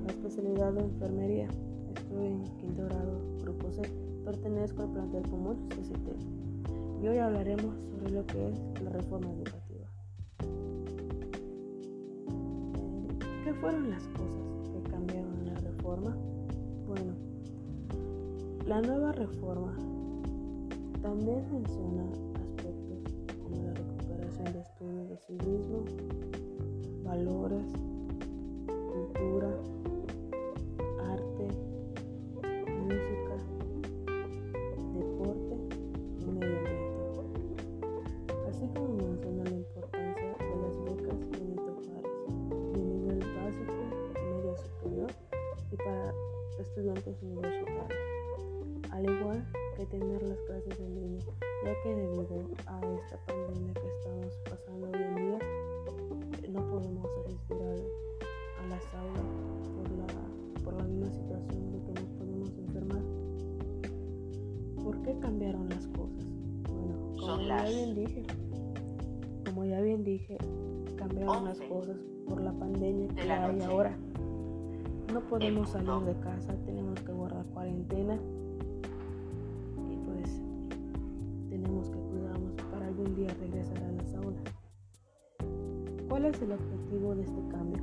la especialidad de enfermería. Estoy en quinto grado, grupo C. Pertenezco al plantel común CCT. Y hoy hablaremos sobre lo que es la reforma educativa. ¿Qué fueron las cosas que cambiaron en la reforma? Bueno, la nueva reforma también menciona aspectos como la recuperación de estudios de civismo, valores, cultura, arte, música, deporte y medio ambiente, así como menciona la importancia de las becas Benito Juárez de nivel básico, medio superior y para estudiantes universitarios, al igual que tener las clases en línea, ya que debido a esta pandemia que estamos pasando hoy en día, no podemos asistir a las aulas por la misma situación de que nos podemos enfermar. ¿Por qué cambiaron las cosas? Bueno, como ya bien dije, cambiaron las cosas por la pandemia que hay ahora. No podemos salir de casa, tenemos que guardar cuarentena y pues tenemos que cuidarnos para algún día regresar a las aulas. ¿Cuál es el objetivo de este cambio?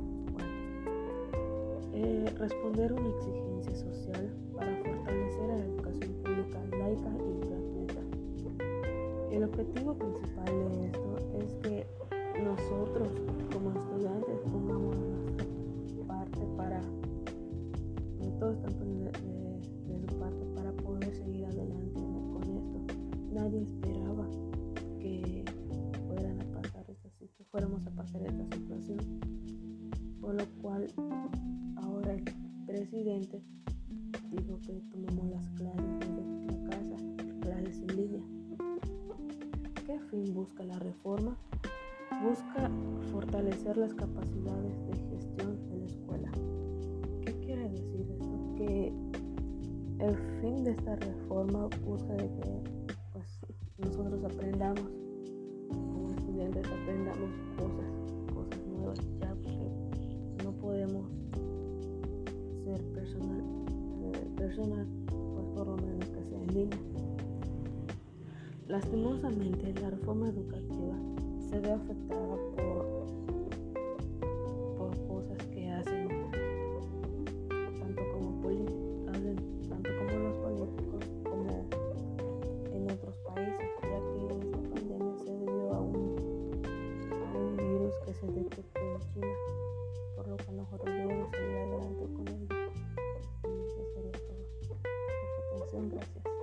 Bueno, responder una exigencia social para fortalecer a la educación pública laica y gratuita. El objetivo principal de esto es que nosotros como estudiantes pongamos nuestra parte para, todos están poniendo de su parte para poder seguir adelante con esto. Nadie esperaba que fuéramos a pasar esta situación, por lo cual ahora el presidente dijo que tomemos las clases desde la casa, clases en línea. ¿Qué fin busca la reforma? Busca fortalecer las capacidades de gestión de la escuela. ¿Qué quiere decir esto? Que el fin de esta reforma busca de que pues, nosotros aprendamos, como estudiantes aprendamos cosas nuevas ya, porque no podemos ser personal pues por lo menos que sea en línea. Lastimosamente la reforma educativa se ve afectada por cosas que hacen tanto como los políticos como en otros países, ya que esta pandemia se debió a un virus que se detectó en China, por lo que nosotros debemos seguir adelante con ello. Y eso sería todo. Por su atención, gracias.